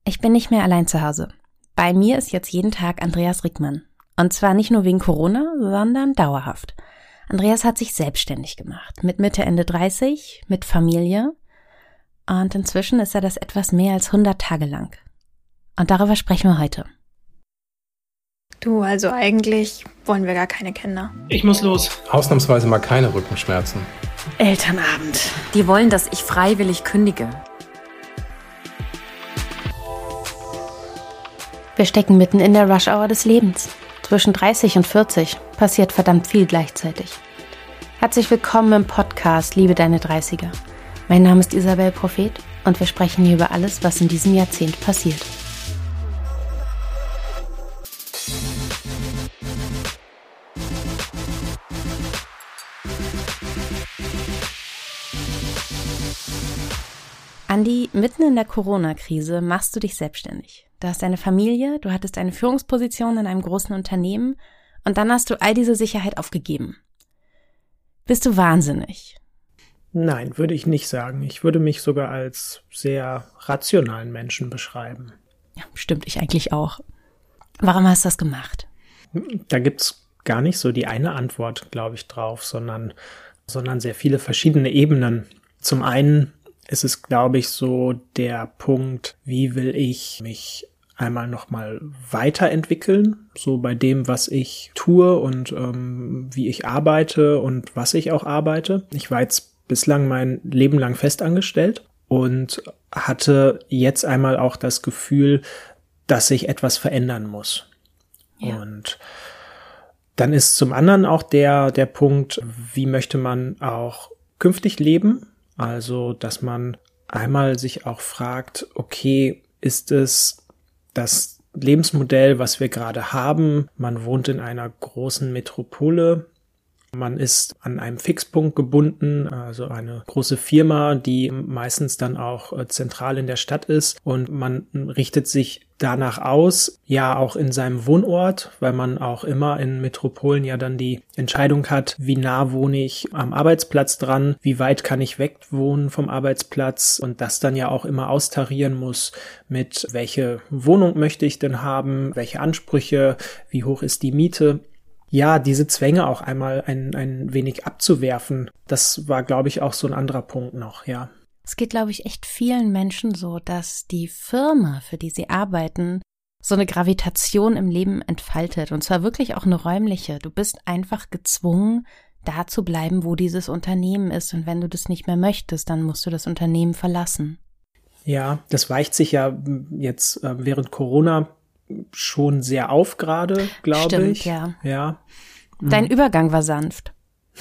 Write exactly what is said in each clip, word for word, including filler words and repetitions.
Ich bin nicht mehr allein zu Hause. Bei mir ist jetzt jeden Tag Andreas Rickmann. Und zwar nicht nur wegen Corona, sondern dauerhaft. Andreas hat sich selbstständig gemacht. Mit Mitte, Ende dreißig, mit Familie. Und inzwischen ist er das etwas mehr als hundert Tage lang. Und darüber sprechen wir heute. Du, also eigentlich wollen wir gar keine Kinder. Ich muss los. Ausnahmsweise mal keine Rückenschmerzen. Elternabend. Die wollen, dass ich freiwillig kündige. Wir stecken mitten in der Rush-Hour des Lebens. Zwischen dreißig und vierzig passiert verdammt viel gleichzeitig. Herzlich willkommen im Podcast Liebe deine dreißiger. Mein Name ist Isabel Prophet und wir sprechen hier über alles, was in diesem Jahrzehnt passiert. Andi, mitten in der Corona-Krise machst du dich selbstständig. Du hast eine Familie, du hattest eine Führungsposition in einem großen Unternehmen und dann hast du all diese Sicherheit aufgegeben. Bist du wahnsinnig? Nein, würde ich nicht sagen. Ich würde mich sogar als sehr rationalen Menschen beschreiben. Ja, stimmt, ich eigentlich auch. Warum hast du das gemacht? Da gibt's gar nicht so die eine Antwort, glaube ich, drauf, sondern, sondern sehr viele verschiedene Ebenen. Zum einen ist es, glaube ich, so der Punkt, wie will ich mich einmal nochmal weiterentwickeln, so bei dem, was ich tue und ähm, wie ich arbeite und was ich auch arbeite. Ich war jetzt bislang mein Leben lang festangestellt und hatte jetzt einmal auch das Gefühl, dass sich etwas verändern muss. Ja. Und dann ist zum anderen auch der, der Punkt, wie möchte man auch künftig leben? Also, dass man einmal sich auch fragt, okay, ist es das Lebensmodell, was wir gerade haben? Man wohnt in einer großen Metropole. Man ist an einem Fixpunkt gebunden, also eine große Firma, die meistens dann auch zentral in der Stadt ist und man richtet sich danach aus, ja auch in seinem Wohnort, weil man auch immer in Metropolen ja dann die Entscheidung hat, wie nah wohne ich am Arbeitsplatz dran, wie weit kann ich weg wohnen vom Arbeitsplatz und das dann ja auch immer austarieren muss mit, welche Wohnung möchte ich denn haben, welche Ansprüche, wie hoch ist die Miete. Ja, diese Zwänge auch einmal ein, ein wenig abzuwerfen, das war, glaube ich, auch so ein anderer Punkt noch, ja. Es geht, glaube ich, echt vielen Menschen so, dass die Firma, für die sie arbeiten, so eine Gravitation im Leben entfaltet und zwar wirklich auch eine räumliche. Du bist einfach gezwungen, da zu bleiben, wo dieses Unternehmen ist und wenn du das nicht mehr möchtest, dann musst du das Unternehmen verlassen. Ja, das weicht sich ja jetzt äh, während Corona schon sehr auf gerade, glaube ich. Stimmt, ja. Ja. Dein mhm. Übergang war sanft.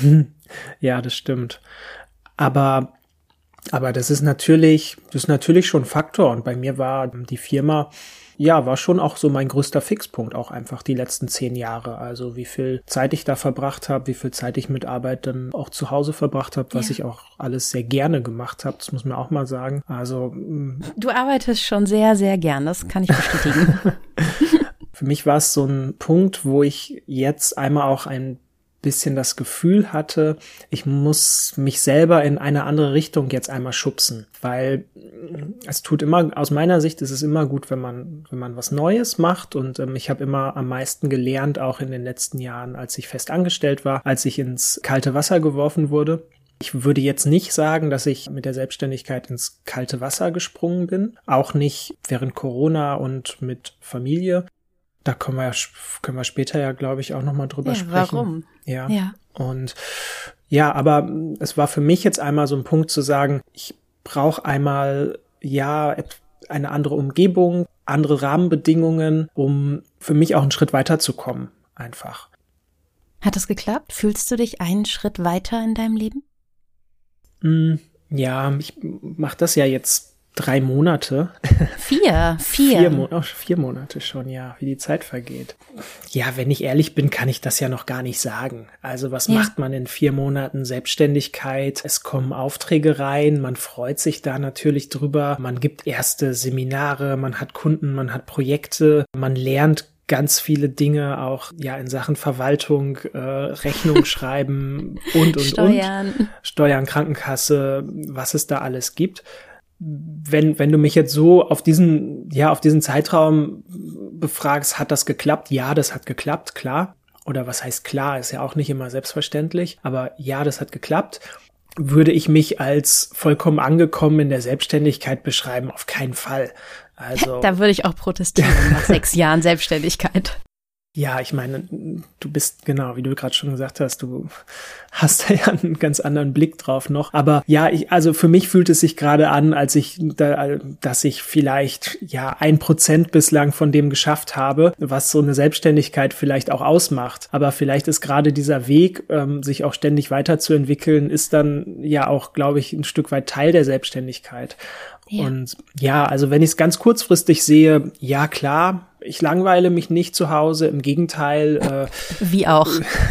Ja, das stimmt. Aber, aber das ist natürlich, das ist natürlich schon ein Faktor. Und bei mir war die Firma, ja, war schon auch so mein größter Fixpunkt, auch einfach die letzten zehn Jahre. Also wie viel Zeit ich da verbracht habe, wie viel Zeit ich mit Arbeit dann auch zu Hause verbracht habe, was ja. ich auch alles sehr gerne gemacht habe, das muss man auch mal sagen. Also du arbeitest schon sehr, sehr gern, das kann ich bestätigen. Für mich war es so ein Punkt, wo ich jetzt einmal auch ein bisschen das Gefühl hatte, ich muss mich selber in eine andere Richtung jetzt einmal schubsen, weil es tut immer, aus meiner Sicht ist es immer gut, wenn man wenn man was Neues macht und ähm, ich habe immer am meisten gelernt, auch in den letzten Jahren, als ich fest angestellt war, als ich ins kalte Wasser geworfen wurde. Ich würde jetzt nicht sagen, dass ich mit der Selbstständigkeit ins kalte Wasser gesprungen bin, auch nicht während Corona und mit Familie. Da können wir, ja, können wir später ja, glaube ich, auch nochmal drüber ja, sprechen. Warum? Ja. ja. Und ja, aber es war für mich jetzt einmal so ein Punkt zu sagen, ich brauche einmal, ja, eine andere Umgebung, andere Rahmenbedingungen, um für mich auch einen Schritt weiterzukommen, einfach. Hat das geklappt? Fühlst du dich einen Schritt weiter in deinem Leben? Mm, ja, ich mache das ja jetzt Drei Monate. Vier, vier. Vier, Mo- oh, vier Monate schon, ja, wie die Zeit vergeht. Ja, wenn ich ehrlich bin, kann ich das ja noch gar nicht sagen. Also was ja. macht man in vier Monaten Selbstständigkeit? Es kommen Aufträge rein, man freut sich da natürlich drüber. Man gibt erste Seminare, man hat Kunden, man hat Projekte, man lernt ganz viele Dinge auch ja in Sachen Verwaltung, äh, Rechnung schreiben und, und, Steuern. und. Steuern, Krankenkasse, was es da alles gibt. wenn, wenn du mich jetzt so auf diesen, ja, auf diesen Zeitraum befragst, hat das geklappt? Ja, das hat geklappt, klar. Oder was heißt klar, ist ja auch nicht immer selbstverständlich, aber ja, das hat geklappt. Würde ich mich als vollkommen angekommen in der Selbstständigkeit beschreiben? Auf keinen Fall. Also da würde ich auch protestieren nach sechs Jahren Selbstständigkeit. Ja, ich meine, du bist, genau, wie du gerade schon gesagt hast, du hast da ja einen ganz anderen Blick drauf noch. Aber ja, ich, also für mich fühlt es sich gerade an, als ich, da, dass ich vielleicht ja ein Prozent bislang von dem geschafft habe, was so eine Selbstständigkeit vielleicht auch ausmacht. Aber vielleicht ist gerade dieser Weg, ähm, sich auch ständig weiterzuentwickeln, ist dann ja auch, glaube ich, ein Stück weit Teil der Selbstständigkeit. Ja. Und ja, also wenn ich es ganz kurzfristig sehe, ja klar, ich langweile mich nicht zu Hause, im Gegenteil. Äh, Wie auch.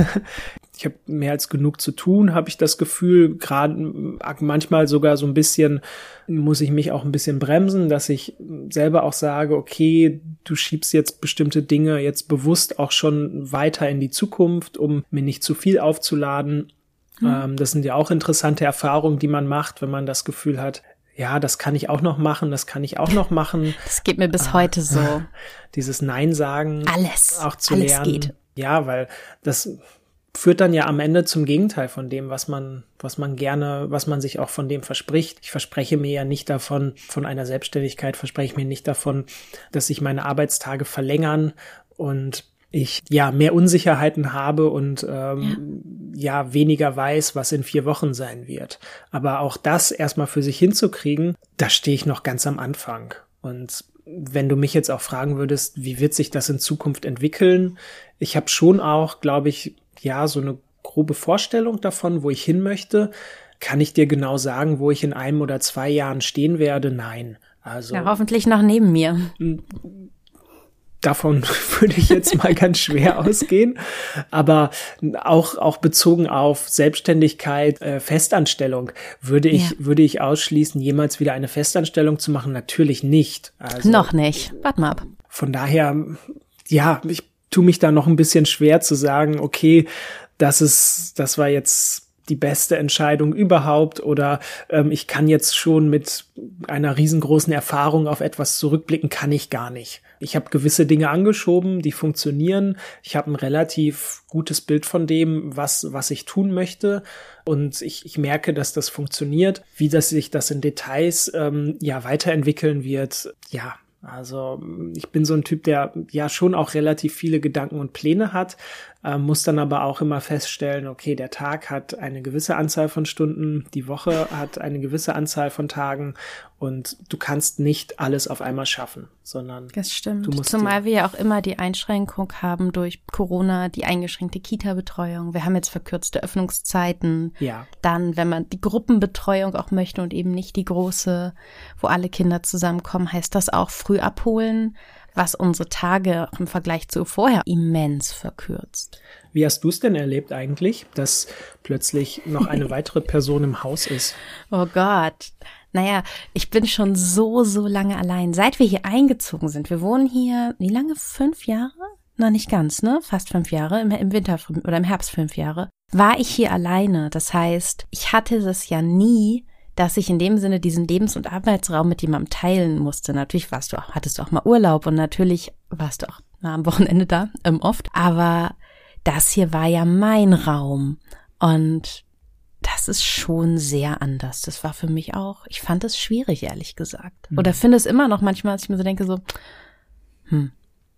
Ich habe mehr als genug zu tun, habe ich das Gefühl. Gerade manchmal sogar so ein bisschen, muss ich mich auch ein bisschen bremsen, dass ich selber auch sage, okay, du schiebst jetzt bestimmte Dinge jetzt bewusst auch schon weiter in die Zukunft, um mir nicht zu viel aufzuladen. Hm. Ähm, das sind ja auch interessante Erfahrungen, die man macht, wenn man das Gefühl hat, ja, das kann ich auch noch machen, das kann ich auch noch machen. Das geht mir bis äh, heute so. Dieses Nein sagen. Alles. Auch zu alles lernen. Geht. Ja, weil das führt dann ja am Ende zum Gegenteil von dem, was man, was man gerne, was man sich auch von dem verspricht. Ich verspreche mir ja nicht davon, von einer Selbstständigkeit verspreche ich mir nicht davon, dass sich meine Arbeitstage verlängern und ich ja mehr Unsicherheiten habe und ähm, ja. ja weniger weiß, was in vier Wochen sein wird. Aber auch das erstmal für sich hinzukriegen, da stehe ich noch ganz am Anfang. Und wenn du mich jetzt auch fragen würdest, wie wird sich das in Zukunft entwickeln? Ich habe schon auch, glaube ich, ja so eine grobe Vorstellung davon, wo ich hin möchte. Kann ich dir genau sagen, wo ich in einem oder zwei Jahren stehen werde? Nein. Also ja, hoffentlich noch neben mir. Davon würde ich jetzt mal ganz schwer ausgehen, aber auch auch bezogen auf Selbstständigkeit, äh, Festanstellung würde ich ja. würde ich ausschließen, jemals wieder eine Festanstellung zu machen. Natürlich nicht. Also, noch nicht. Warte mal ab. Von daher, ja, ich tue mich da noch ein bisschen schwer zu sagen, okay, das ist, das war jetzt die beste Entscheidung überhaupt oder ähm, ich kann jetzt schon mit einer riesengroßen Erfahrung auf etwas zurückblicken, kann ich gar nicht. Ich habe gewisse Dinge angeschoben, die funktionieren. Ich habe ein relativ gutes Bild von dem, was was ich tun möchte und ich, ich merke, dass das funktioniert. Wie das sich das in Details ähm, ja weiterentwickeln wird, ja. Also ich bin so ein Typ, der ja schon auch relativ viele Gedanken und Pläne hat, äh, muss dann aber auch immer feststellen, okay, der Tag hat eine gewisse Anzahl von Stunden, die Woche hat eine gewisse Anzahl von Tagen und du kannst nicht alles auf einmal schaffen, sondern das stimmt. Du musst Zumal wir ja auch immer die Einschränkung haben durch Corona, die eingeschränkte Kita-Betreuung. Wir haben jetzt verkürzte Öffnungszeiten. Ja. Dann, wenn man die Gruppenbetreuung auch möchte und eben nicht die große, wo alle Kinder zusammenkommen, heißt das auch früh abholen, was unsere Tage im Vergleich zu vorher immens verkürzt. Wie hast du es denn erlebt eigentlich, dass plötzlich noch eine weitere Person im Haus ist? Oh Gott. Naja, ich bin schon so, so lange allein. Seit wir hier eingezogen sind, wir wohnen hier, wie lange? Fünf Jahre? Noch nicht ganz, ne? Fast fünf Jahre, im, im Winter oder im Herbst fünf Jahre. War ich hier alleine. Das heißt, ich hatte das ja nie, dass ich in dem Sinne diesen Lebens- und Arbeitsraum mit jemandem teilen musste. Natürlich warst du auch, hattest du auch mal Urlaub und natürlich warst du auch mal am Wochenende da, ähm, oft. Aber das hier war ja mein Raum und das ist schon sehr anders. Das war für mich auch, ich fand es schwierig, ehrlich gesagt. Mhm. Oder finde es immer noch manchmal, dass ich mir so denke, so, hm.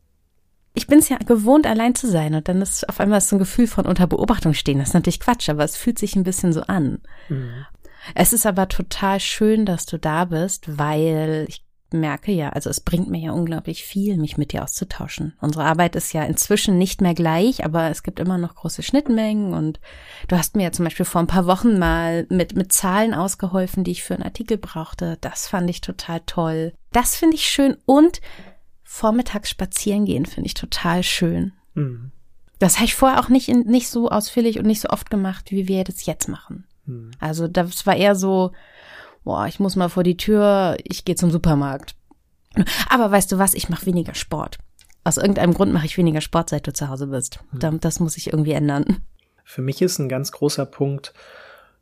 Ich bin es ja gewohnt, allein zu sein und dann ist auf einmal so ein Gefühl von unter Beobachtung stehen. Das ist natürlich Quatsch, aber es fühlt sich ein bisschen so an. Mhm. Es ist aber total schön, dass du da bist, weil ich merke ja, also es bringt mir ja unglaublich viel, mich mit dir auszutauschen. Unsere Arbeit ist ja inzwischen nicht mehr gleich, aber es gibt immer noch große Schnittmengen und du hast mir ja zum Beispiel vor ein paar Wochen mal mit, mit Zahlen ausgeholfen, die ich für einen Artikel brauchte. Das fand ich total toll. Das finde ich schön und vormittags spazieren gehen finde ich total schön. Mhm. Das habe ich vorher auch nicht, in, nicht so ausführlich und nicht so oft gemacht, wie wir das jetzt machen. Mhm. Also das war eher so, boah, ich muss mal vor die Tür, ich gehe zum Supermarkt. Aber weißt du was, ich mache weniger Sport. Aus irgendeinem Grund mache ich weniger Sport, seit du zu Hause bist. Mhm. Das muss ich irgendwie ändern. Für mich ist ein ganz großer Punkt,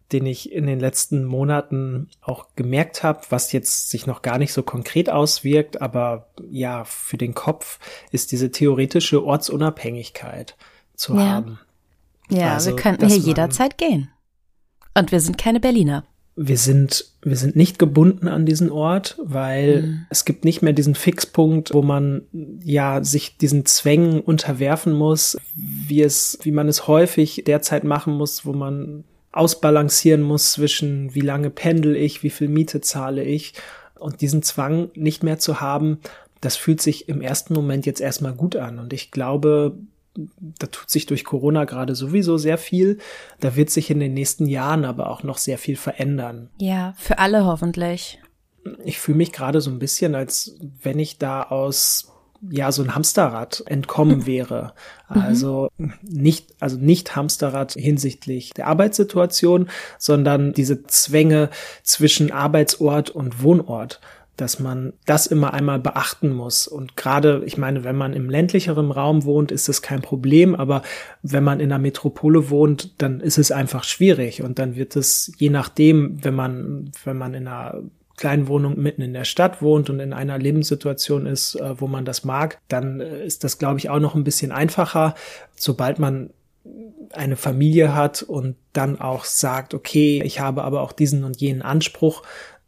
den ich in den letzten Monaten auch gemerkt habe, was jetzt sich noch gar nicht so konkret auswirkt, aber ja, für den Kopf ist diese theoretische Ortsunabhängigkeit zu ja. haben. Ja, also, wir könnten hier jederzeit gehen. Und wir sind keine Berliner. Wir sind, wir sind nicht gebunden an diesen Ort, weil mhm. es gibt nicht mehr diesen Fixpunkt, wo man ja sich diesen Zwängen unterwerfen muss, wie es, wie man es häufig derzeit machen muss, wo man ausbalancieren muss zwischen wie lange pendel ich, wie viel Miete zahle ich, und diesen Zwang nicht mehr zu haben, das fühlt sich im ersten Moment jetzt erstmal gut an. Und ich glaube, da tut sich durch Corona gerade sowieso sehr viel. Da wird sich in den nächsten Jahren aber auch noch sehr viel verändern. Ja, für alle hoffentlich. Ich fühle mich gerade so ein bisschen, als wenn ich da aus ja so ein Hamsterrad entkommen wäre. Also nicht, also nicht Hamsterrad hinsichtlich der Arbeitssituation, sondern diese Zwänge zwischen Arbeitsort und Wohnort, dass man das immer einmal beachten muss. Und gerade, ich meine, wenn man im ländlicheren Raum wohnt, ist das kein Problem, aber wenn man in einer Metropole wohnt, dann ist es einfach schwierig. Und dann wird es, je nachdem, wenn man, wenn man in einer kleinen Wohnung mitten in der Stadt wohnt und in einer Lebenssituation ist, wo man das mag, dann ist das, glaube ich, auch noch ein bisschen einfacher. Sobald man eine Familie hat und dann auch sagt, okay, ich habe aber auch diesen und jenen Anspruch,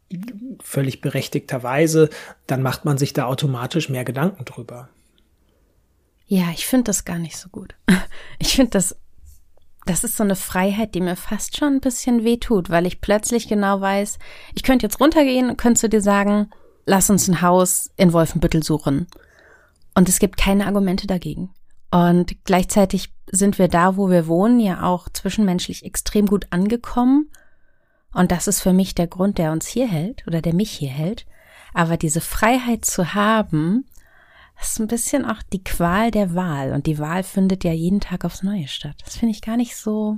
völlig berechtigterweise, dann macht man sich da automatisch mehr Gedanken drüber. Ja, ich finde das gar nicht so gut. Ich finde das, das ist so eine Freiheit, die mir fast schon ein bisschen wehtut, weil ich plötzlich genau weiß, ich könnte jetzt runtergehen und könnte zu dir sagen, lass uns ein Haus in Wolfenbüttel suchen. Und es gibt keine Argumente dagegen. Und gleichzeitig sind wir da, wo wir wohnen, ja auch zwischenmenschlich extrem gut angekommen. Und das ist für mich der Grund, der uns hier hält oder der mich hier hält. Aber diese Freiheit zu haben, ist ein bisschen auch die Qual der Wahl. Und die Wahl findet ja jeden Tag aufs Neue statt. Das finde ich gar nicht so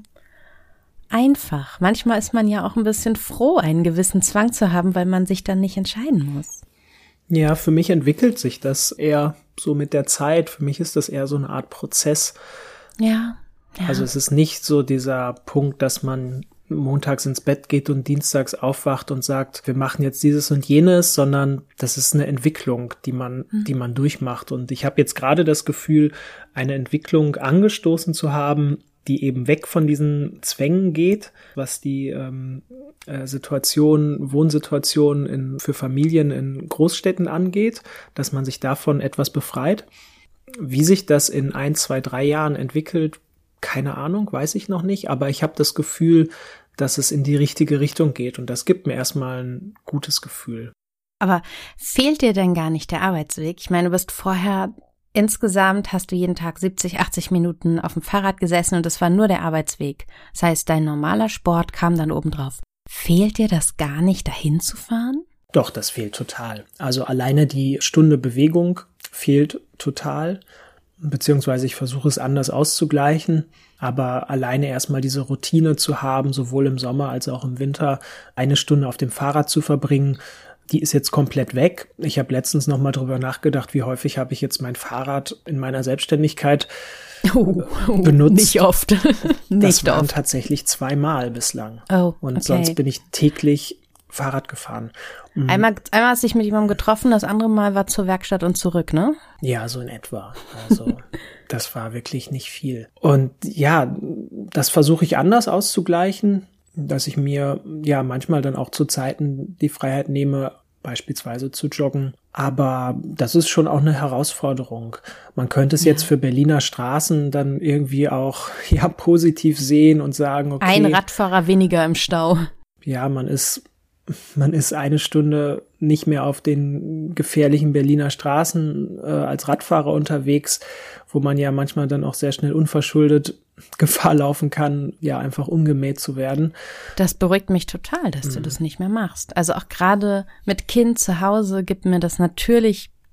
einfach. Manchmal ist man ja auch ein bisschen froh, einen gewissen Zwang zu haben, weil man sich dann nicht entscheiden muss. Ja, für mich entwickelt sich das eher so mit der Zeit. Für mich ist das eher so eine Art Prozess. Ja. ja. Also es ist nicht so dieser Punkt, dass man montags ins Bett geht und dienstags aufwacht und sagt, wir machen jetzt dieses und jenes, sondern das ist eine Entwicklung, die man, mhm. die man durchmacht. Und ich habe jetzt gerade das Gefühl, eine Entwicklung angestoßen zu haben, die eben weg von diesen Zwängen geht, was die ähm, äh, Situation, Wohnsituation in, für Familien in Großstädten angeht, dass man sich davon etwas befreit. Wie sich das in ein, zwei, drei Jahren entwickelt, keine Ahnung, weiß ich noch nicht, aber ich habe das Gefühl, dass es in die richtige Richtung geht und das gibt mir erstmal ein gutes Gefühl. Aber fehlt dir denn gar nicht der Arbeitsweg? Ich meine, du bist vorher, insgesamt hast du jeden Tag siebzig, achtzig Minuten auf dem Fahrrad gesessen und es war nur der Arbeitsweg. Das heißt, dein normaler Sport kam dann obendrauf. Fehlt dir das gar nicht, dahin zu fahren? Doch, das fehlt total. Also alleine die Stunde Bewegung fehlt total. Beziehungsweise ich versuche es anders auszugleichen, aber alleine erstmal diese Routine zu haben, sowohl im Sommer als auch im Winter, eine Stunde auf dem Fahrrad zu verbringen, die ist jetzt komplett weg. Ich habe letztens noch mal drüber nachgedacht, wie häufig habe ich jetzt mein Fahrrad in meiner Selbstständigkeit oh, oh, benutzt. Nicht oft. nicht das waren oft. tatsächlich zweimal bislang. Oh, Und okay. sonst bin ich täglich Fahrrad gefahren. Einmal, einmal hast du dich mit jemandem getroffen, das andere Mal war zur Werkstatt und zurück, ne? Ja, so in etwa. Also das war wirklich nicht viel. Und ja, das versuche ich anders auszugleichen, dass ich mir ja manchmal dann auch zu Zeiten die Freiheit nehme, beispielsweise zu joggen. Aber das ist schon auch eine Herausforderung. Man könnte es ja. jetzt für Berliner Straßen dann irgendwie auch ja positiv sehen und sagen, okay. Ein Radfahrer weniger im Stau. Ja, man ist Man ist eine Stunde nicht mehr auf den gefährlichen Berliner Straßen äh, als Radfahrer unterwegs, wo man ja manchmal dann auch sehr schnell unverschuldet Gefahr laufen kann, ja einfach umgemäht zu werden. Das beruhigt mich total, dass mhm. du das nicht mehr machst. Also auch gerade mit Kind zu Hause gibt mir das natürlich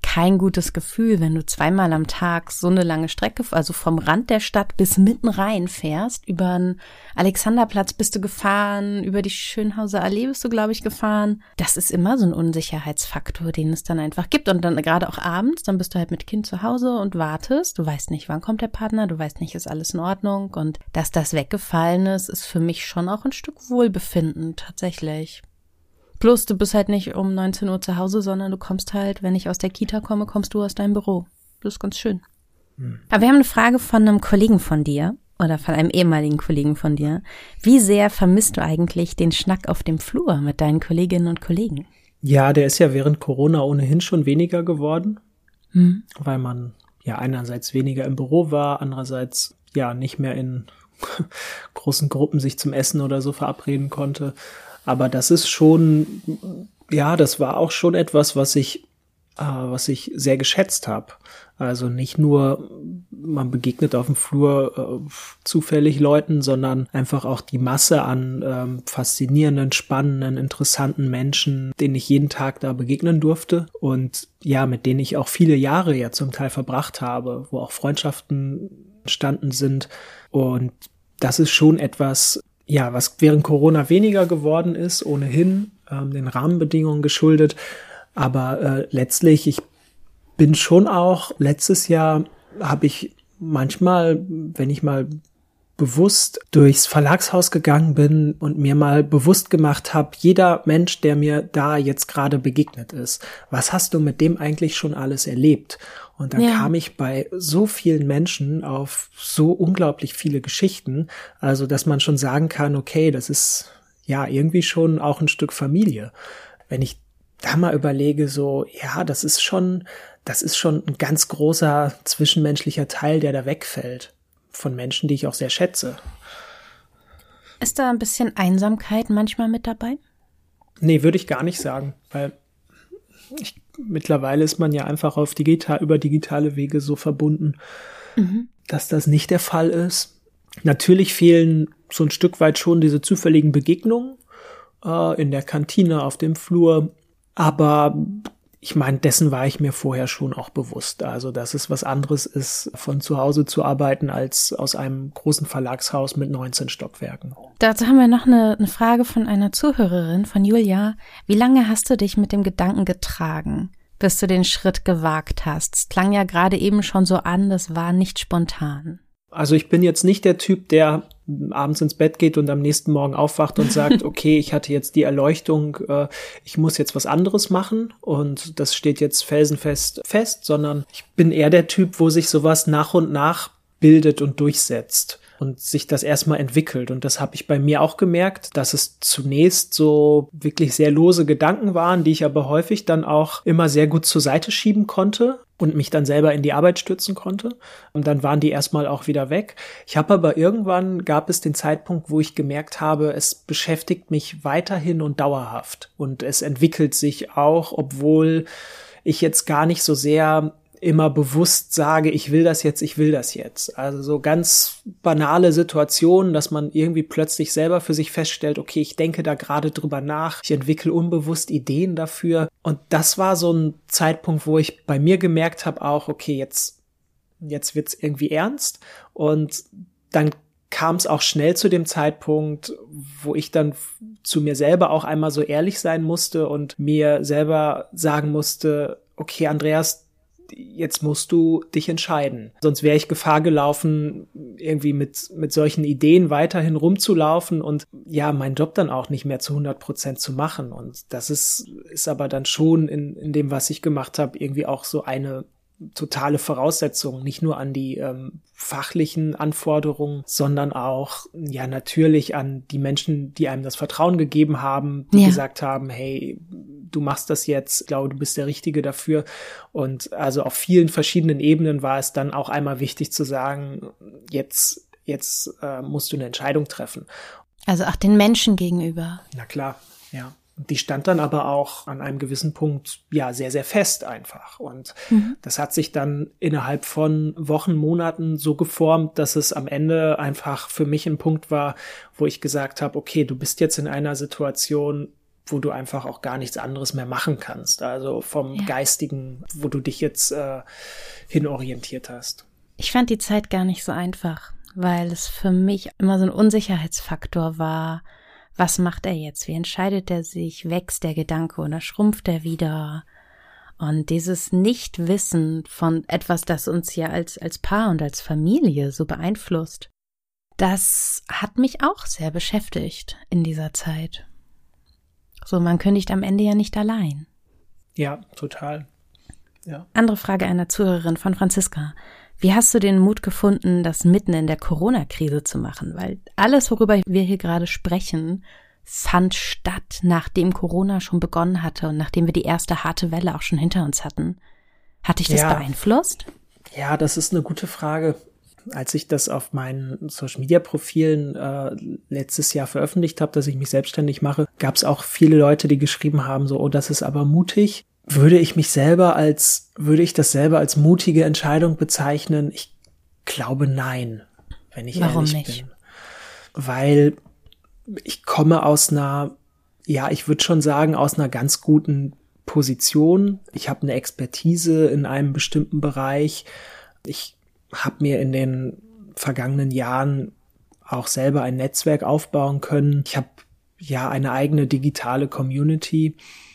kein gutes Gefühl, wenn du zweimal am Tag so eine lange Strecke, also vom Rand der Stadt bis mitten rein fährst. Über den Alexanderplatz bist du gefahren, über die Schönhauser Allee bist du, glaube ich, gefahren. Das ist immer so ein Unsicherheitsfaktor, den es dann einfach gibt. Und dann gerade auch abends, dann bist du halt mit Kind zu Hause und wartest. Du weißt nicht, wann kommt der Partner, du weißt nicht, ist alles in Ordnung. Und dass das weggefallen ist, ist für mich schon auch ein Stück Wohlbefinden tatsächlich. Plus, du bist halt nicht um neunzehn Uhr zu Hause, sondern du kommst halt, wenn ich aus der Kita komme, kommst du aus deinem Büro. Das ist ganz schön. Hm. Aber wir haben eine Frage von einem Kollegen von dir oder von einem ehemaligen Kollegen von dir. Wie sehr vermisst du eigentlich den Schnack auf dem Flur mit deinen Kolleginnen und Kollegen? Ja, der ist ja während Corona ohnehin schon weniger geworden, hm. weil man ja einerseits weniger im Büro war, andererseits ja nicht mehr in großen Gruppen sich zum Essen oder so verabreden konnte. Aber das ist schon, ja, das war auch schon etwas, was ich, äh, was ich sehr geschätzt habe. Also nicht nur, man begegnet auf dem Flur äh, zufällig Leuten, sondern einfach auch die Masse an ähm, faszinierenden, spannenden, interessanten Menschen, denen ich jeden Tag da begegnen durfte und ja, mit denen ich auch viele Jahre ja zum Teil verbracht habe, wo auch Freundschaften entstanden sind. Und das ist schon etwas, ja, was während Corona weniger geworden ist, ohnehin ähm, den Rahmenbedingungen geschuldet. Aber äh, letztlich, ich bin schon auch, letztes Jahr habe ich manchmal, wenn ich mal bewusst durchs Verlagshaus gegangen bin und mir mal bewusst gemacht habe, jeder Mensch, der mir da jetzt gerade begegnet ist, was hast du mit dem eigentlich schon alles erlebt? Und dann ja. kam ich bei so vielen Menschen auf so unglaublich viele Geschichten, also dass man schon sagen kann, okay, das ist ja irgendwie schon auch ein Stück Familie. Wenn ich da mal überlege, so, ja, das ist schon, das ist schon ein ganz großer zwischenmenschlicher Teil, der da wegfällt von Menschen, die ich auch sehr schätze. Ist da ein bisschen Einsamkeit manchmal mit dabei? Nee, würde ich gar nicht sagen, weil ich mittlerweile ist man ja einfach auf digital, über digitale Wege so verbunden, mhm. dass das nicht der Fall ist. Natürlich fehlen so ein Stück weit schon diese zufälligen Begegnungen äh, in der Kantine, auf dem Flur. Aber ich meine, dessen war ich mir vorher schon auch bewusst. Also, dass es was anderes ist, von zu Hause zu arbeiten, als aus einem großen Verlagshaus mit neunzehn Stockwerken. Dazu haben wir noch eine, eine Frage von einer Zuhörerin, von Julia. Wie lange hast du dich mit dem Gedanken getragen, bis du den Schritt gewagt hast? Es klang ja gerade eben schon so an, das war nicht spontan. Also ich bin jetzt nicht der Typ, der abends ins Bett geht und am nächsten Morgen aufwacht und sagt, okay, ich hatte jetzt die Erleuchtung, äh, ich muss jetzt was anderes machen und das steht jetzt felsenfest fest, sondern ich bin eher der Typ, wo sich sowas nach und nach bildet und durchsetzt und sich das erstmal entwickelt. Und das habe ich bei mir auch gemerkt, dass es zunächst so wirklich sehr lose Gedanken waren, die ich aber häufig dann auch immer sehr gut zur Seite schieben konnte und mich dann selber in die Arbeit stürzen konnte. Und dann waren die erstmal auch wieder weg. Ich habe aber irgendwann, gab es den Zeitpunkt, wo ich gemerkt habe, es beschäftigt mich weiterhin und dauerhaft. Und es entwickelt sich auch, obwohl ich jetzt gar nicht so sehr immer bewusst sage, ich will das jetzt, ich will das jetzt. Also so ganz banale Situationen, dass man irgendwie plötzlich selber für sich feststellt, okay, ich denke da gerade drüber nach, ich entwickle unbewusst Ideen dafür. Und das war so ein Zeitpunkt, wo ich bei mir gemerkt habe auch, okay, jetzt, jetzt wird's irgendwie ernst. Und dann kam es auch schnell zu dem Zeitpunkt, wo ich dann zu mir selber auch einmal so ehrlich sein musste und mir selber sagen musste, okay, Andreas, jetzt musst du dich entscheiden. Sonst wäre ich Gefahr gelaufen, irgendwie mit mit solchen Ideen weiterhin rumzulaufen und ja, meinen Job dann auch nicht mehr zu hundert Prozent zu machen. Und das ist ist aber dann schon in in dem, was ich gemacht habe, irgendwie auch so eine totale Voraussetzung, nicht nur an die ähm, fachlichen Anforderungen, sondern auch ja natürlich an die Menschen, die einem das Vertrauen gegeben haben, die ja. gesagt haben, hey, du machst das jetzt, ich glaube, du bist der Richtige dafür. Und also auf vielen verschiedenen Ebenen war es dann auch einmal wichtig zu sagen, jetzt jetzt äh, musst du eine Entscheidung treffen. Also auch den Menschen gegenüber. Na klar, ja. Die stand dann aber auch an einem gewissen Punkt, ja, sehr, sehr fest einfach. Und mhm. das hat sich dann innerhalb von Wochen, Monaten so geformt, dass es am Ende einfach für mich ein Punkt war, wo ich gesagt habe, okay, du bist jetzt in einer Situation, wo du einfach auch gar nichts anderes mehr machen kannst. Also vom ja. Geistigen, wo du dich jetzt äh, hinorientiert hast. Ich fand die Zeit gar nicht so einfach, weil es für mich immer so ein Unsicherheitsfaktor war. Was macht er jetzt? Wie entscheidet er sich? Wächst der Gedanke oder schrumpft er wieder? Und dieses Nichtwissen von etwas, das uns ja als, als Paar und als Familie so beeinflusst, das hat mich auch sehr beschäftigt in dieser Zeit. So, man kündigt am Ende ja nicht allein. Ja, total. Ja. Andere Frage einer Zuhörerin von Franziska. Wie hast du den Mut gefunden, das mitten in der Corona-Krise zu machen? Weil alles, worüber wir hier gerade sprechen, fand statt, nachdem Corona schon begonnen hatte und nachdem wir die erste harte Welle auch schon hinter uns hatten. Hat dich das ja. beeinflusst? Ja, das ist eine gute Frage. Als ich das auf meinen Social-Media-Profilen äh, letztes Jahr veröffentlicht habe, dass ich mich selbstständig mache, gab es auch viele Leute, die geschrieben haben, so, oh, das ist aber mutig. Würde ich mich selber als, würde ich das selber als mutige Entscheidung bezeichnen? Ich glaube, nein, wenn ich Warum ehrlich nicht? bin. Weil ich komme aus einer, ja, ich würde schon sagen, aus einer ganz guten Position. Ich habe eine Expertise in einem bestimmten Bereich. Ich habe mir in den vergangenen Jahren auch selber ein Netzwerk aufbauen können. Ich habe ja eine eigene digitale Community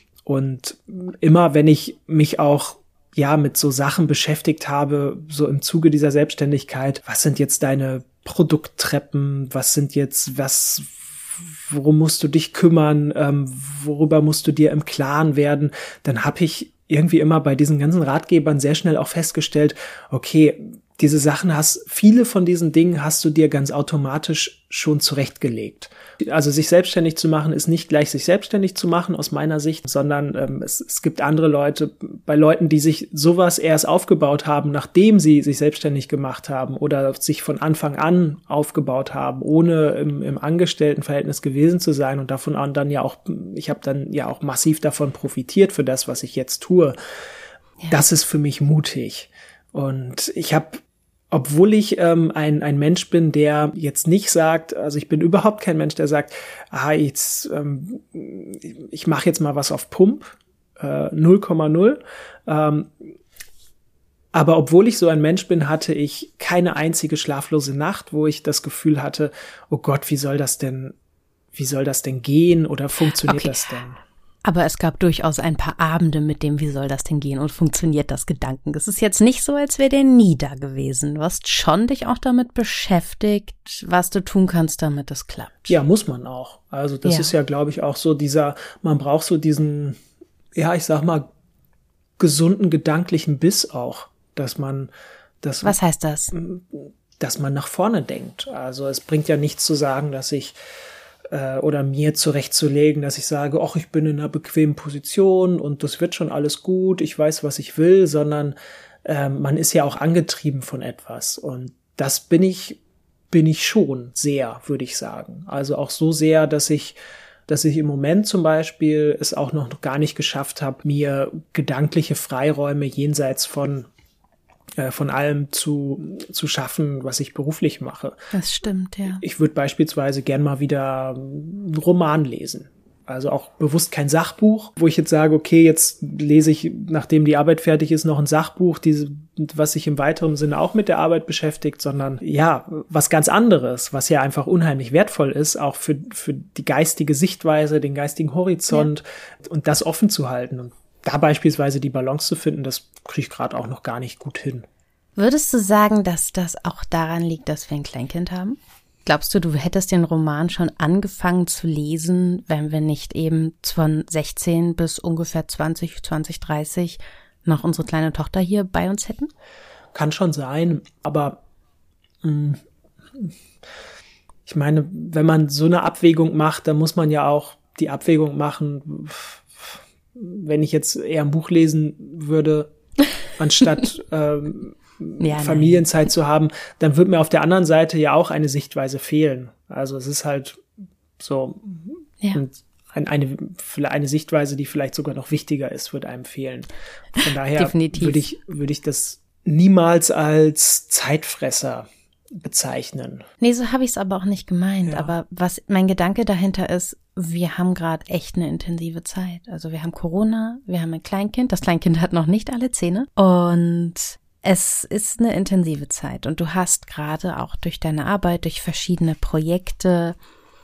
und immer, wenn ich mich auch ja mit so Sachen beschäftigt habe, so im Zuge dieser Selbstständigkeit, was sind jetzt deine Produkttreppen, was sind jetzt, was, worum musst du dich kümmern, ähm, worüber musst du dir im Klaren werden, dann habe ich irgendwie immer bei diesen ganzen Ratgebern sehr schnell auch festgestellt, okay, diese Sachen hast, viele von diesen Dingen hast du dir ganz automatisch schon zurechtgelegt. Also sich selbstständig zu machen, ist nicht gleich sich selbstständig zu machen aus meiner Sicht, sondern ähm, es, es gibt andere Leute, bei Leuten, die sich sowas erst aufgebaut haben, nachdem sie sich selbstständig gemacht haben oder sich von Anfang an aufgebaut haben, ohne im, im Angestelltenverhältnis gewesen zu sein und davon an dann ja auch, ich habe dann ja auch massiv davon profitiert für das, was ich jetzt tue. Ja. Das ist für mich mutig. Und ich habe, obwohl ich ähm, ein ein Mensch bin, der jetzt nicht sagt, also ich bin überhaupt kein Mensch, der sagt, ah, jetzt ähm, ich mache jetzt mal was auf Pump, äh, null Komma null. Ähm, aber obwohl ich so ein Mensch bin, hatte ich keine einzige schlaflose Nacht, wo ich das Gefühl hatte, oh Gott, wie soll das denn, wie soll das denn gehen oder funktioniert okay. das denn? Aber es gab durchaus ein paar Abende mit dem, wie soll das denn gehen und funktioniert das Gedanken. Es ist jetzt nicht so, als wäre der nie da gewesen. Du hast schon dich auch damit beschäftigt, was du tun kannst, damit es klappt. Ja, muss man auch. Also das ja. ist ja, glaube ich, auch so dieser, man braucht so diesen, ja, ich sag mal, gesunden gedanklichen Biss auch, dass man, dass Was heißt das? Dass man nach vorne denkt. Also es bringt ja nichts zu sagen, dass ich oder mir zurechtzulegen, dass ich sage, ach, ich bin in einer bequemen Position und das wird schon alles gut, ich weiß, was ich will, sondern äh, man ist ja auch angetrieben von etwas und das bin ich, bin ich schon sehr, würde ich sagen. Also auch so sehr, dass ich, dass ich im Moment zum Beispiel es auch noch gar nicht geschafft habe, mir gedankliche Freiräume jenseits von von allem zu zu schaffen, was ich beruflich mache. Das stimmt, ja. Ich würde beispielsweise gern mal wieder einen Roman lesen. Also auch bewusst kein Sachbuch, wo ich jetzt sage, okay, jetzt lese ich, nachdem die Arbeit fertig ist, noch ein Sachbuch, diese, was sich im weiteren Sinne auch mit der Arbeit beschäftigt, sondern ja, was ganz anderes, was ja einfach unheimlich wertvoll ist, auch für für die geistige Sichtweise, den geistigen Horizont ja. und das offen zu halten. Und da beispielsweise die Balance zu finden, das kriege ich gerade auch noch gar nicht gut hin. Würdest du sagen, dass das auch daran liegt, dass wir ein Kleinkind haben? Glaubst du, du hättest den Roman schon angefangen zu lesen, wenn wir nicht eben von sechzehn bis ungefähr zwanzig, zwanzig, dreißig noch unsere kleine Tochter hier bei uns hätten? Kann schon sein, aber mh, ich meine, wenn man so eine Abwägung macht, dann muss man ja auch die Abwägung machen, wenn ich jetzt eher ein Buch lesen würde, anstatt ähm, ja, Familienzeit zu haben, dann wird mir auf der anderen Seite ja auch eine Sichtweise fehlen. Also es ist halt so ja. ein, eine, eine Sichtweise, die vielleicht sogar noch wichtiger ist, wird einem fehlen. Von daher Definitiv. würde ich, würde ich das niemals als Zeitfresser bezeichnen. Nee, so habe ich es aber auch nicht gemeint. Ja. Aber was mein Gedanke dahinter ist, wir haben gerade echt eine intensive Zeit. Also wir haben Corona, wir haben ein Kleinkind. Das Kleinkind hat noch nicht alle Zähne. Und es ist eine intensive Zeit. Und du hast gerade auch durch deine Arbeit, durch verschiedene Projekte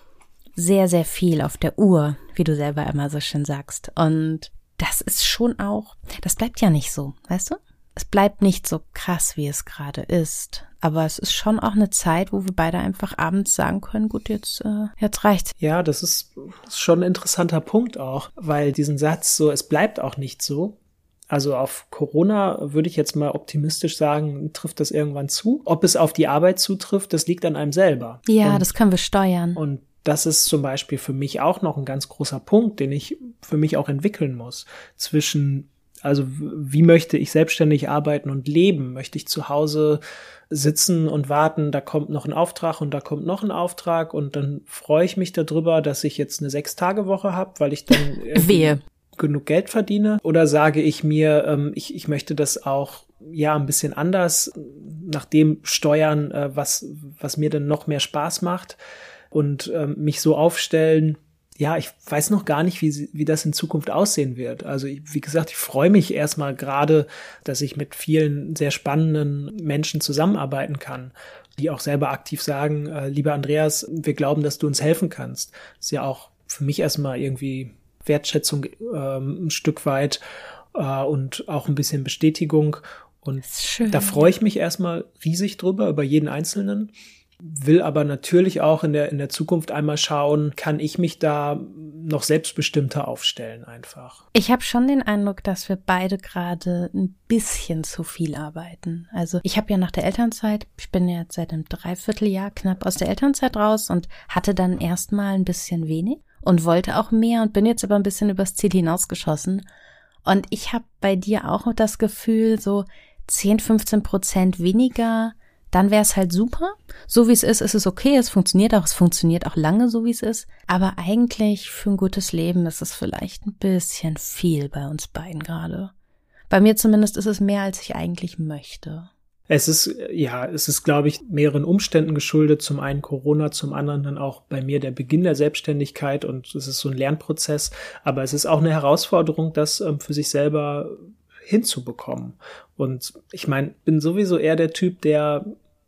sehr, sehr viel auf der Uhr, wie du selber immer so schön sagst. Und das ist schon auch, das bleibt ja nicht so, weißt du? Es bleibt nicht so krass, wie es gerade ist. Aber es ist schon auch eine Zeit, wo wir beide einfach abends sagen können, gut, jetzt, äh, jetzt reicht's. Ja, das ist, das ist schon ein interessanter Punkt auch, weil diesen Satz so, es bleibt auch nicht so. Also auf Corona würde ich jetzt mal optimistisch sagen, trifft das irgendwann zu. Ob es auf die Arbeit zutrifft, das liegt an einem selber. Ja, und, das können wir steuern. Und das ist zum Beispiel für mich auch noch ein ganz großer Punkt, den ich für mich auch entwickeln muss. Zwischen, also wie möchte ich selbstständig arbeiten und leben? Möchte ich zu Hause sitzen und warten, da kommt noch ein Auftrag und da kommt noch ein Auftrag und dann freue ich mich darüber, dass ich jetzt eine Sechs-Tage-Woche habe, weil ich dann Wehe. genug Geld verdiene? Oder sage ich mir, ähm, ich, ich möchte das auch ja ein bisschen anders nach dem steuern, äh, was, was mir dann noch mehr Spaß macht und ähm, mich so aufstellen. Ja, ich weiß noch gar nicht, wie, wie das in Zukunft aussehen wird. Also ich, wie gesagt, ich freue mich erstmal gerade, dass ich mit vielen sehr spannenden Menschen zusammenarbeiten kann, die auch selber aktiv sagen, äh, lieber Andreas, wir glauben, dass du uns helfen kannst. Das ist ja auch für mich erstmal irgendwie Wertschätzung ähm, ein Stück weit äh, und auch ein bisschen Bestätigung. Und da freue ich mich erstmal riesig drüber, über jeden Einzelnen. Will aber natürlich auch in der in der Zukunft einmal schauen, kann ich mich da noch selbstbestimmter aufstellen einfach. Ich habe schon den Eindruck, dass wir beide gerade ein bisschen zu viel arbeiten. Also ich habe ja nach der Elternzeit, ich bin jetzt seit einem Dreivierteljahr knapp aus der Elternzeit raus und hatte dann erstmal ein bisschen wenig und wollte auch mehr und bin jetzt aber ein bisschen übers Ziel hinausgeschossen. Und ich habe bei dir auch das Gefühl, so zehn, fünfzehn Prozent weniger, dann wäre es halt super. So wie es ist, ist es okay, es funktioniert auch, es funktioniert auch lange so wie es ist. Aber eigentlich für ein gutes Leben ist es vielleicht ein bisschen viel bei uns beiden gerade. Bei mir zumindest ist es mehr, als ich eigentlich möchte. Es ist, ja, es ist, glaube ich, mehreren Umständen geschuldet. Zum einen Corona, zum anderen dann auch bei mir der Beginn der Selbstständigkeit und es ist so ein Lernprozess. Aber es ist auch eine Herausforderung, das ähm, für sich selber hinzubekommen. Und ich meine, bin sowieso eher der Typ, der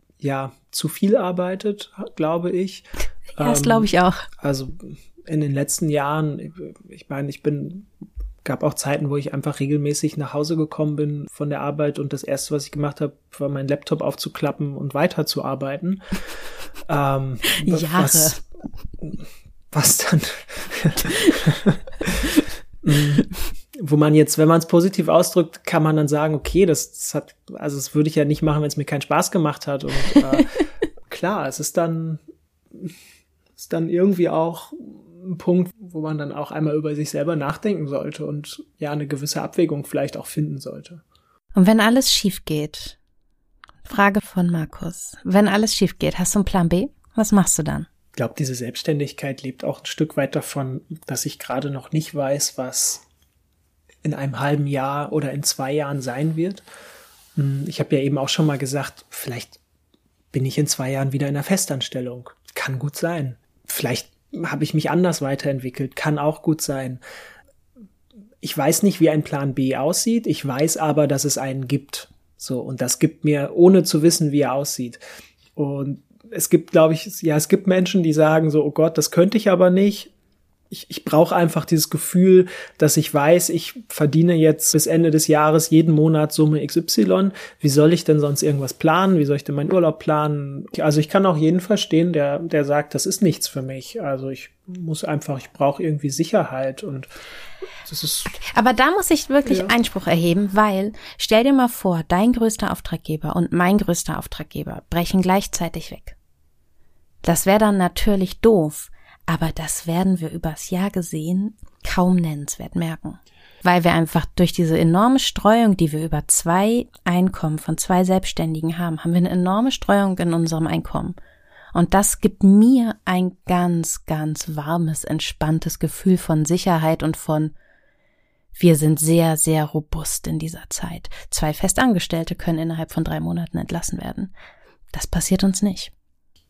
ja zu viel arbeitet, glaube ich. Ja, das glaube ich auch. Also in den letzten Jahren, ich meine, ich bin, gab auch Zeiten, wo ich einfach regelmäßig nach Hause gekommen bin von der Arbeit und das Erste, was ich gemacht habe, war meinen Laptop aufzuklappen und weiterzuarbeiten. ähm, Jahre. Was, was dann wo man jetzt, wenn man es positiv ausdrückt, kann man dann sagen, okay, das, das hat, also das würde ich ja nicht machen, wenn es mir keinen Spaß gemacht hat. Und äh, klar, es ist dann, ist dann irgendwie auch ein Punkt, wo man dann auch einmal über sich selber nachdenken sollte und ja eine gewisse Abwägung vielleicht auch finden sollte. Und wenn alles schief geht, Frage von Markus, wenn alles schief geht, hast du einen Plan B? Was machst du dann? Ich glaube, diese Selbstständigkeit lebt auch ein Stück weit davon, dass ich gerade noch nicht weiß, was in einem halben Jahr oder in zwei Jahren sein wird. Ich habe ja eben auch schon mal gesagt, vielleicht bin ich in zwei Jahren wieder in einer Festanstellung. Kann gut sein. Vielleicht habe ich mich anders weiterentwickelt. Kann auch gut sein. Ich weiß nicht, wie ein Plan B aussieht. Ich weiß aber, dass es einen gibt. So, und das gibt mir, ohne zu wissen, wie er aussieht. Und es gibt, glaube ich, ja, es gibt Menschen, die sagen so, oh Gott, das könnte ich aber nicht. Ich, ich brauche einfach dieses Gefühl, dass ich weiß, ich verdiene jetzt bis Ende des Jahres jeden Monat Summe X Y. Wie soll ich denn sonst irgendwas planen? Wie soll ich denn meinen Urlaub planen? Also ich kann auch jeden verstehen, der der sagt, das ist nichts für mich. Also ich muss einfach, ich brauche irgendwie Sicherheit und das ist. Aber da muss ich wirklich ja. Einspruch erheben, weil stell dir mal vor, dein größter Auftraggeber und mein größter Auftraggeber brechen gleichzeitig weg. Das wäre dann natürlich doof. Aber das werden wir übers Jahr gesehen kaum nennenswert merken. Weil wir einfach durch diese enorme Streuung, die wir über zwei Einkommen von zwei Selbstständigen haben, haben wir eine enorme Streuung in unserem Einkommen. Und das gibt mir ein ganz, ganz warmes, entspanntes Gefühl von Sicherheit und von, wir sind sehr, sehr robust in dieser Zeit. Zwei Festangestellte können innerhalb von drei Monaten entlassen werden. Das passiert uns nicht.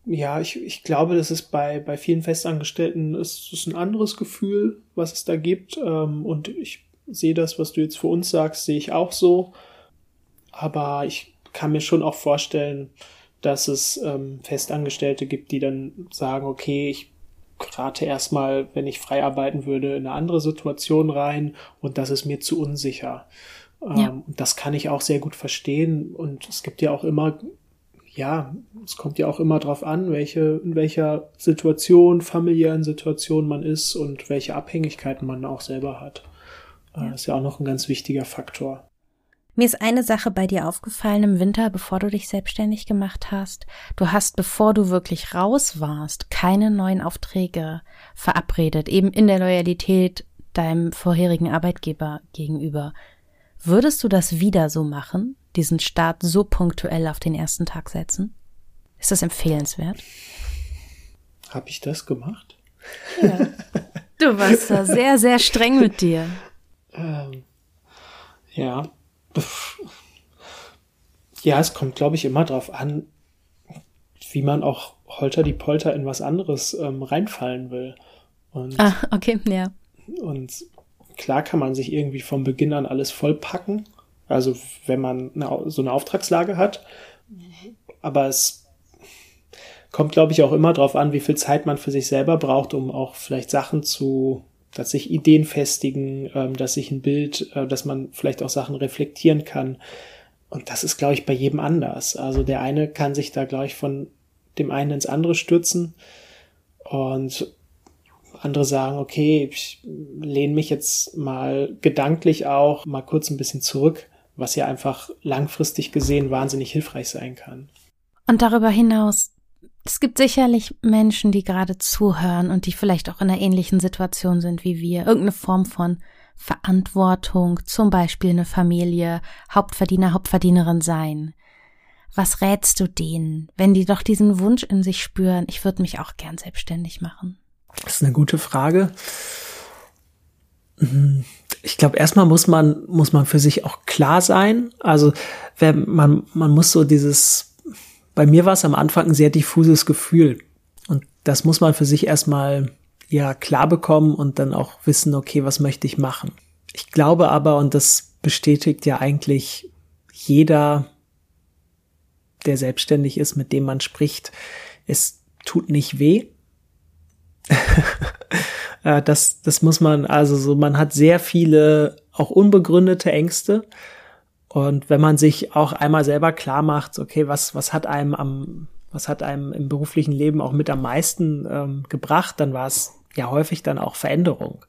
ja, ich, ich glaube, das ist bei, bei vielen Festangestellten ist, ist ein anderes Gefühl, was es da gibt. Ähm, und ich sehe das, was du jetzt für uns sagst, sehe ich auch so. Aber ich kann mir schon auch vorstellen, dass es ähm, Festangestellte gibt, die dann sagen, okay, ich gerate erstmal, wenn ich frei arbeiten würde, in eine andere Situation rein und das ist mir zu unsicher. Ja. Ähm, das kann ich auch sehr gut verstehen. Und es gibt ja auch immer, ja, es kommt ja auch immer drauf an, welche, in welcher Situation, familiären Situation man ist und welche Abhängigkeiten man auch selber hat. Ja. Das ist ja auch noch ein ganz wichtiger Faktor. Mir ist eine Sache bei dir aufgefallen im Winter, bevor du dich selbstständig gemacht hast. Du hast, bevor du wirklich raus warst, keine neuen Aufträge verabredet, eben in der Loyalität deinem vorherigen Arbeitgeber gegenüber. Würdest du das wieder so machen, diesen Start so punktuell auf den ersten Tag setzen? Ist das empfehlenswert? Habe ich das gemacht? Ja. Du warst da sehr, sehr streng mit dir. Ähm, ja. Ja, es kommt, glaube ich, immer drauf an, wie man auch holter die Polter in was anderes ähm, reinfallen will. Und, ah, okay, ja. Und klar kann man sich irgendwie vom Beginn an alles vollpacken, also wenn man eine, so eine Auftragslage hat, aber es kommt, glaube ich, auch immer drauf an, wie viel Zeit man für sich selber braucht, um auch vielleicht Sachen zu dass sich Ideen festigen, ähm, dass sich ein Bild, äh, dass man vielleicht auch Sachen reflektieren kann. Und das ist, glaube ich, bei jedem anders. Also der eine kann sich da, glaube ich, von dem einen ins andere stürzen und andere sagen, okay, ich lehne mich jetzt mal gedanklich auch mal kurz ein bisschen zurück, was ja einfach langfristig gesehen wahnsinnig hilfreich sein kann. Und darüber hinaus, es gibt sicherlich Menschen, die gerade zuhören und die vielleicht auch in einer ähnlichen Situation sind wie wir. Irgendeine Form von Verantwortung, zum Beispiel eine Familie, Hauptverdiener, Hauptverdienerin sein. Was rätst du denen, wenn die doch diesen Wunsch in sich spüren, ich würde mich auch gern selbstständig machen? Das ist eine gute Frage. Ich glaube, erstmal muss man, muss man für sich auch klar sein. Also wenn man, man muss so dieses Bei mir war es am Anfang ein sehr diffuses Gefühl und das muss man für sich erstmal ja klar bekommen und dann auch wissen, okay, was möchte ich machen. Ich glaube aber, und das bestätigt ja eigentlich jeder, der selbstständig ist, mit dem man spricht, es tut nicht weh. das, das muss man, also so, man hat sehr viele auch unbegründete Ängste. Und wenn man sich auch einmal selber klar macht, okay, was was hat einem am was hat einem im beruflichen Leben auch mit am meisten ähm, gebracht, dann war es ja häufig dann auch Veränderung.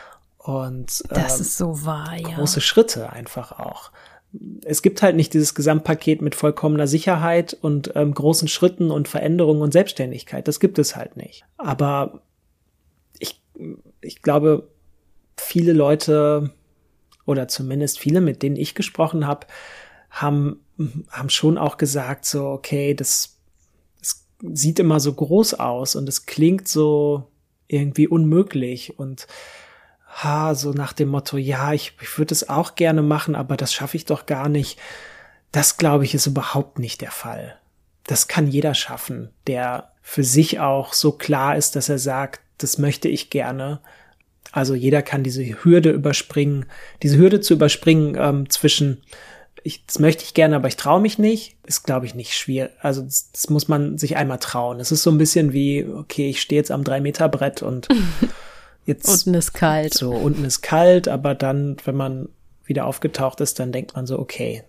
Und ähm, das ist so wahr, ja. Große Schritte einfach auch. Es gibt halt nicht dieses Gesamtpaket mit vollkommener Sicherheit und ähm, großen Schritten und Veränderungen und Selbstständigkeit. Das gibt es halt nicht. Aber ich ich glaube, viele Leute oder zumindest viele, mit denen ich gesprochen habe, haben, haben schon auch gesagt, so, okay, das, das sieht immer so groß aus und es klingt so irgendwie unmöglich und ha, so nach dem Motto, ja, ich, ich würde es auch gerne machen, aber das schaffe ich doch gar nicht. Das, glaube ich, ist überhaupt nicht der Fall. Das kann jeder schaffen, der für sich auch so klar ist, dass er sagt, das möchte ich gerne. Also jeder kann diese Hürde überspringen, diese Hürde zu überspringen ähm, zwischen, ich, das möchte ich gerne, aber ich traue mich nicht, ist, glaube ich, nicht schwierig. Also das, das muss man sich einmal trauen. Es ist so ein bisschen wie, okay, ich stehe jetzt am drei Meter Brett und jetzt unten ist kalt. So, unten ist kalt, aber dann, wenn man wieder aufgetaucht ist, dann denkt man so, okay,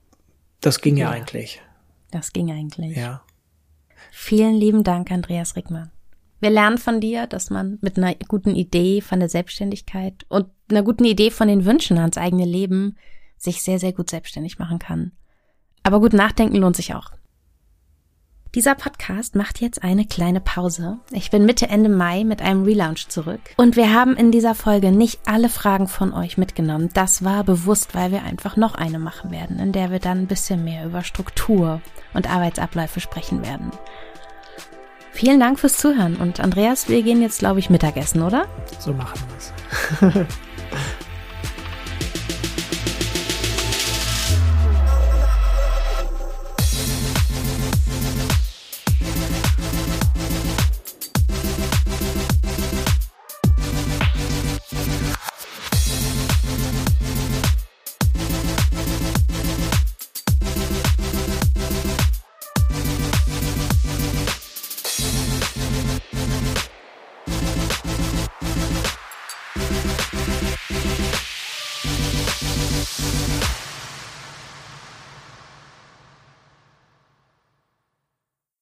das ging ja, ja eigentlich. Das ging eigentlich. Ja. Vielen lieben Dank, Andreas Rickmann. Wir lernen von dir, dass man mit einer guten Idee von der Selbstständigkeit und einer guten Idee von den Wünschen ans eigene Leben sich sehr, sehr gut selbstständig machen kann. Aber gut nachdenken lohnt sich auch. Dieser Podcast macht jetzt eine kleine Pause. Ich bin Mitte, Ende Mai mit einem Relaunch zurück. Und wir haben in dieser Folge nicht alle Fragen von euch mitgenommen. Das war bewusst, weil wir einfach noch eine machen werden, in der wir dann ein bisschen mehr über Struktur und Arbeitsabläufe sprechen werden. Vielen Dank fürs Zuhören und Andreas, wir gehen jetzt, glaube ich, Mittagessen, oder? So machen wir es.